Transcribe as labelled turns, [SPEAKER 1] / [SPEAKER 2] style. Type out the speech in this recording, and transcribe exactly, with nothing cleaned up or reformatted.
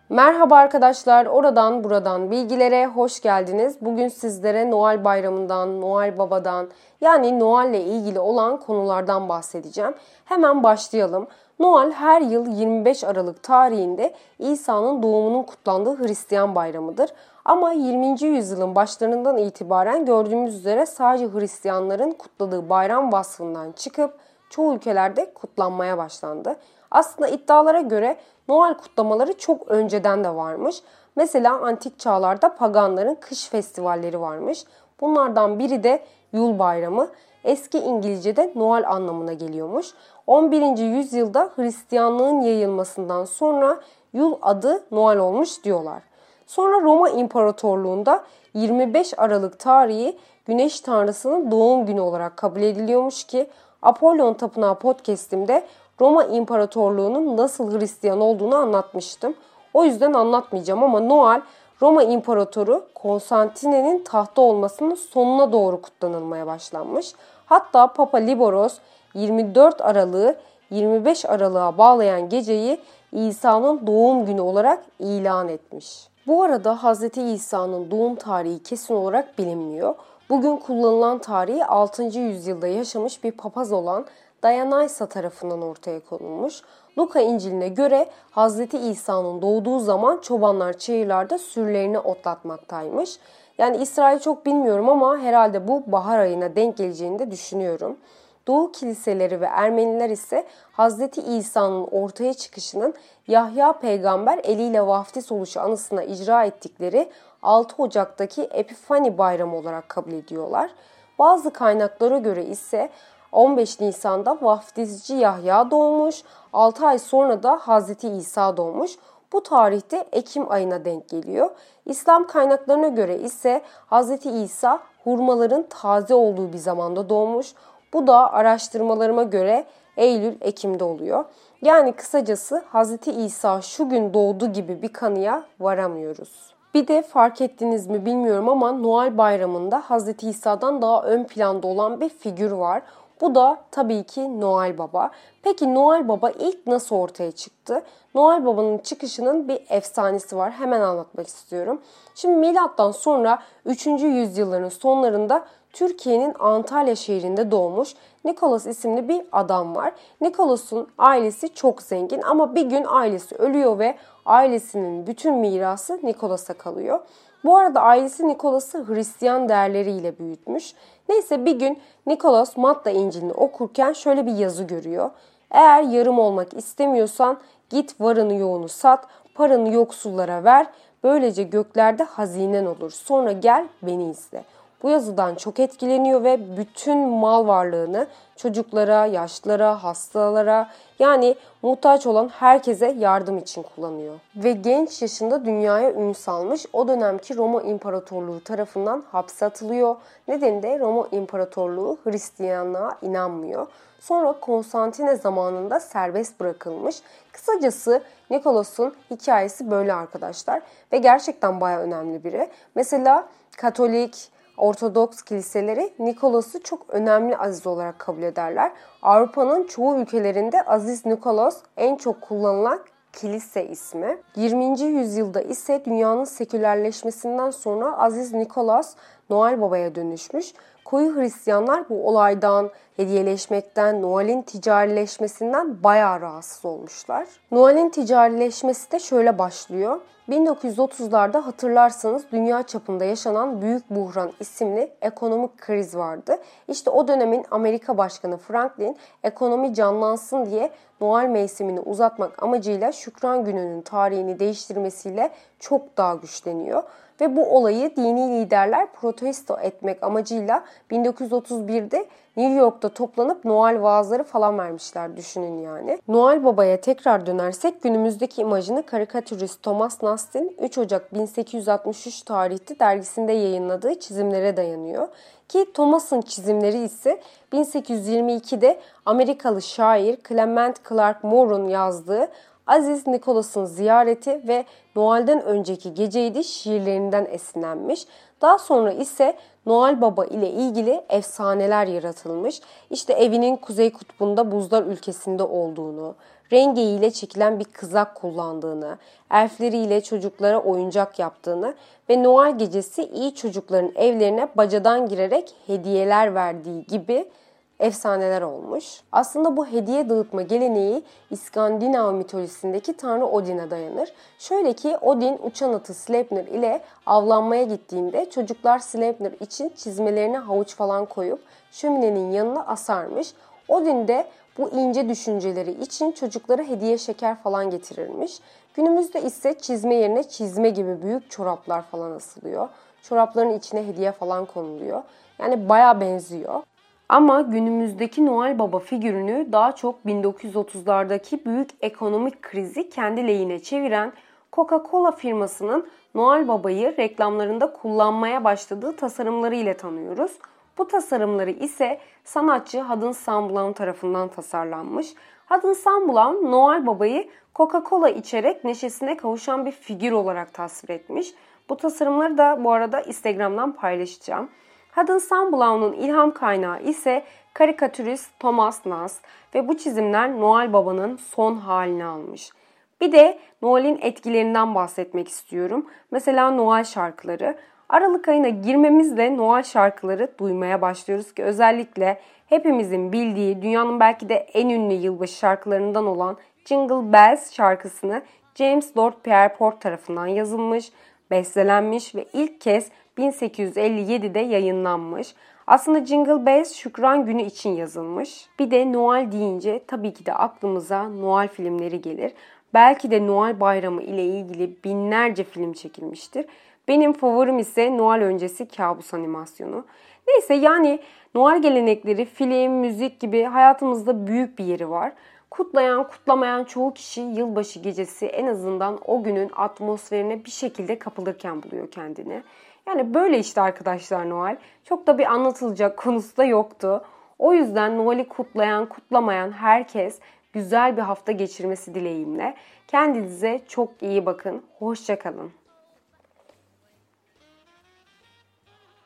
[SPEAKER 1] Merhaba arkadaşlar, oradan buradan bilgilere hoş geldiniz. Bugün sizlere Noel Bayramı'ndan, Noel Baba'dan yani Noel'le ilgili olan konulardan bahsedeceğim. Hemen başlayalım. Noel her yıl yirmi beş Aralık tarihinde İsa'nın doğumunun kutlandığı Hristiyan bayramıdır. Ama yirminci yüzyılın başlarından itibaren gördüğümüz üzere sadece Hristiyanların kutladığı bayram vasfından çıkıp çoğu ülkelerde kutlanmaya başlandı. Aslında iddialara göre Noel kutlamaları çok önceden de varmış. Mesela antik çağlarda paganların kış festivalleri varmış. Bunlardan biri de Yul Bayramı. Eski İngilizce'de Noel anlamına geliyormuş. on birinci yüzyılda Hristiyanlığın yayılmasından sonra Yul adı Noel olmuş diyorlar. Sonra Roma İmparatorluğu'nda yirmi beş Aralık tarihi Güneş Tanrısı'nın doğum günü olarak kabul ediliyormuş ki Apollon Tapınağı podcast'imde Roma İmparatorluğu'nun nasıl Hristiyan olduğunu anlatmıştım. O yüzden anlatmayacağım ama Noel, Roma İmparatoru Konstantine'nin tahta olmasının sonuna doğru kutlanılmaya başlanmış. Hatta Papa Liboros yirmi dört Aralık'ı yirmi beş Aralık'a bağlayan geceyi İsa'nın doğum günü olarak ilan etmiş. Bu arada Hz. İsa'nın doğum tarihi kesin olarak bilinmiyor. Bugün kullanılan tarihi altıncı yüzyılda yaşamış bir papaz olan Dionysa tarafından ortaya konulmuş. Luka İncil'ine göre Hz. İsa'nın doğduğu zaman çobanlar çayırlarda sürülerini otlatmaktaymış. Yani İsrail çok bilmiyorum ama herhalde bu bahar ayına denk geleceğini de düşünüyorum. Doğu kiliseleri ve Ermeniler ise Hz. İsa'nın ortaya çıkışının Yahya peygamber eliyle vaftiz oluşu anısına icra ettikleri altı Ocak'taki Epifani bayramı olarak kabul ediyorlar. Bazı kaynaklara göre ise on beş Nisan'da vaftizci Yahya doğmuş, altı ay sonra da Hz. İsa doğmuş. Bu tarihte Ekim ayına denk geliyor. İslam kaynaklarına göre ise Hz. İsa hurmaların taze olduğu bir zamanda doğmuş. Bu da araştırmalarıma göre Eylül-Ekim'de oluyor. Yani kısacası Hz. İsa şu gün doğdu gibi bir kanıya varamıyoruz. Bir de fark ettiniz mi bilmiyorum ama Noel Bayramı'nda Hz. İsa'dan daha ön planda olan bir figür var. Bu da tabii ki Noel Baba. Peki Noel Baba ilk nasıl ortaya çıktı? Noel Baba'nın çıkışının bir efsanesi var. Hemen anlatmak istiyorum. Şimdi milattan sonra üçüncü yüzyılların sonlarında Türkiye'nin Antalya şehrinde doğmuş Nikolas isimli bir adam var. Nikolas'ın ailesi çok zengin ama bir gün ailesi ölüyor ve ailesinin bütün mirası Nikolas'a kalıyor. Bu arada ailesi Nikolas'ı Hristiyan değerleriyle büyütmüş. Neyse bir gün Nikolas Matta İncil'ini okurken şöyle bir yazı görüyor. Eğer yarım olmak istemiyorsan git varını yoğunu sat, paranı yoksullara ver. Böylece göklerde hazinen olur. Sonra gel beni izle. Bu yazıdan çok etkileniyor ve bütün mal varlığını çocuklara, yaşlılara, hastalara yani muhtaç olan herkese yardım için kullanıyor. Ve genç yaşında dünyaya ün salmış. O dönemki Roma İmparatorluğu tarafından hapse atılıyor. Nedeni de Roma İmparatorluğu Hristiyanlığa inanmıyor. Sonra Konstantine zamanında serbest bırakılmış. Kısacası Nikolas'ın hikayesi böyle arkadaşlar. Ve gerçekten bayağı önemli biri. Mesela Katolik, Ortodoks kiliseleri Nikolas'ı çok önemli aziz olarak kabul ederler. Avrupa'nın çoğu ülkelerinde Aziz Nikolas en çok kullanılan kilise ismi. yirminci yüzyılda ise dünyanın sekülerleşmesinden sonra Aziz Nikolas Noel Baba'ya dönüşmüş. Koyu Hristiyanlar bu olaydan, hediyeleşmekten, Noel'in ticarileşmesinden bayağı rahatsız olmuşlar. Noel'in ticarileşmesi de şöyle başlıyor. bin dokuz yüz otuzlarda hatırlarsanız dünya çapında yaşanan Büyük Buhran isimli ekonomik kriz vardı. İşte o dönemin Amerika Başkanı Franklin ekonomi canlansın diye Noel mevsimini uzatmak amacıyla Şükran Günü'nün tarihini değiştirmesiyle çok daha güçleniyor. Ve bu olayı dini liderler protesto etmek amacıyla bin dokuz yüz otuz birde New York'ta toplanıp Noel vaazları falan vermişler, düşünün yani. Noel Baba'ya tekrar dönersek günümüzdeki imajını karikatürist Thomas Nast'in üç Ocak bin sekiz yüz altmış üç tarihli dergisinde yayınladığı çizimlere dayanıyor. Ki Thomas'ın çizimleri ise bin sekiz yüz yirmi ikide Amerikalı şair Clement Clark Moore'un yazdığı Aziz Nikolas'ın ziyareti ve Noel'den önceki geceydi şiirlerinden esinlenmiş. Daha sonra ise Noel Baba ile ilgili efsaneler yaratılmış. İşte evinin kuzey kutbunda buzlar ülkesinde olduğunu, rengeyiyle çekilen bir kızak kullandığını, elfleriyle çocuklara oyuncak yaptığını ve Noel gecesi iyi çocukların evlerine bacadan girerek hediyeler verdiği gibi efsaneler olmuş. Aslında bu hediye dağıtma geleneği İskandinav mitolojisindeki tanrı Odin'e dayanır. Şöyle ki Odin uçan atı Sleipnir ile avlanmaya gittiğinde çocuklar Sleipnir için çizmelerine havuç falan koyup şöminenin yanına asarmış. Odin de bu ince düşünceleri için çocuklara hediye şeker falan getirirmiş. Günümüzde ise çizme yerine çizme gibi büyük çoraplar falan asılıyor. Çorapların içine hediye falan konuluyor. Yani bayağı benziyor. Ama günümüzdeki Noel Baba figürünü daha çok bin dokuz yüz otuzlardaki büyük ekonomik krizi kendi lehine çeviren Coca-Cola firmasının Noel Baba'yı reklamlarında kullanmaya başladığı tasarımları ile tanıyoruz. Bu tasarımları ise sanatçı Hudson Samblam tarafından tasarlanmış. Hudson Samblam Noel Baba'yı Coca-Cola içerek neşesine kavuşan bir figür olarak tasvir etmiş. Bu tasarımları da bu arada Instagram'dan paylaşacağım. Hudson Samblam'ın ilham kaynağı ise karikatürist Thomas Nast ve bu çizimler Noel Baba'nın son halini almış. Bir de Noel'in etkilerinden bahsetmek istiyorum. Mesela Noel şarkıları. Aralık ayına girmemizle Noel şarkıları duymaya başlıyoruz ki özellikle hepimizin bildiği dünyanın belki de en ünlü yılbaşı şarkılarından olan Jingle Bells şarkısını James Lord Pierpont tarafından yazılmış, bestelenmiş ve ilk kez bin sekiz yüz elli yedide yayınlanmış. Aslında Jingle Bells Şükran Günü için yazılmış. Bir de Noel deyince tabii ki de aklımıza Noel filmleri gelir. Belki de Noel Bayramı ile ilgili binlerce film çekilmiştir. Benim favorim ise Noel öncesi kabus animasyonu. Neyse yani Noel gelenekleri, film, müzik gibi hayatımızda büyük bir yeri var. Kutlayan, kutlamayan çoğu kişi yılbaşı gecesi en azından o günün atmosferine bir şekilde kapılırken buluyor kendini. Yani böyle işte arkadaşlar Noel. Çok da bir anlatılacak konusu da yoktu. O yüzden Noel'i kutlayan, kutlamayan herkes güzel bir hafta geçirmesi dileğimle. Kendinize çok iyi bakın. Hoşça kalın.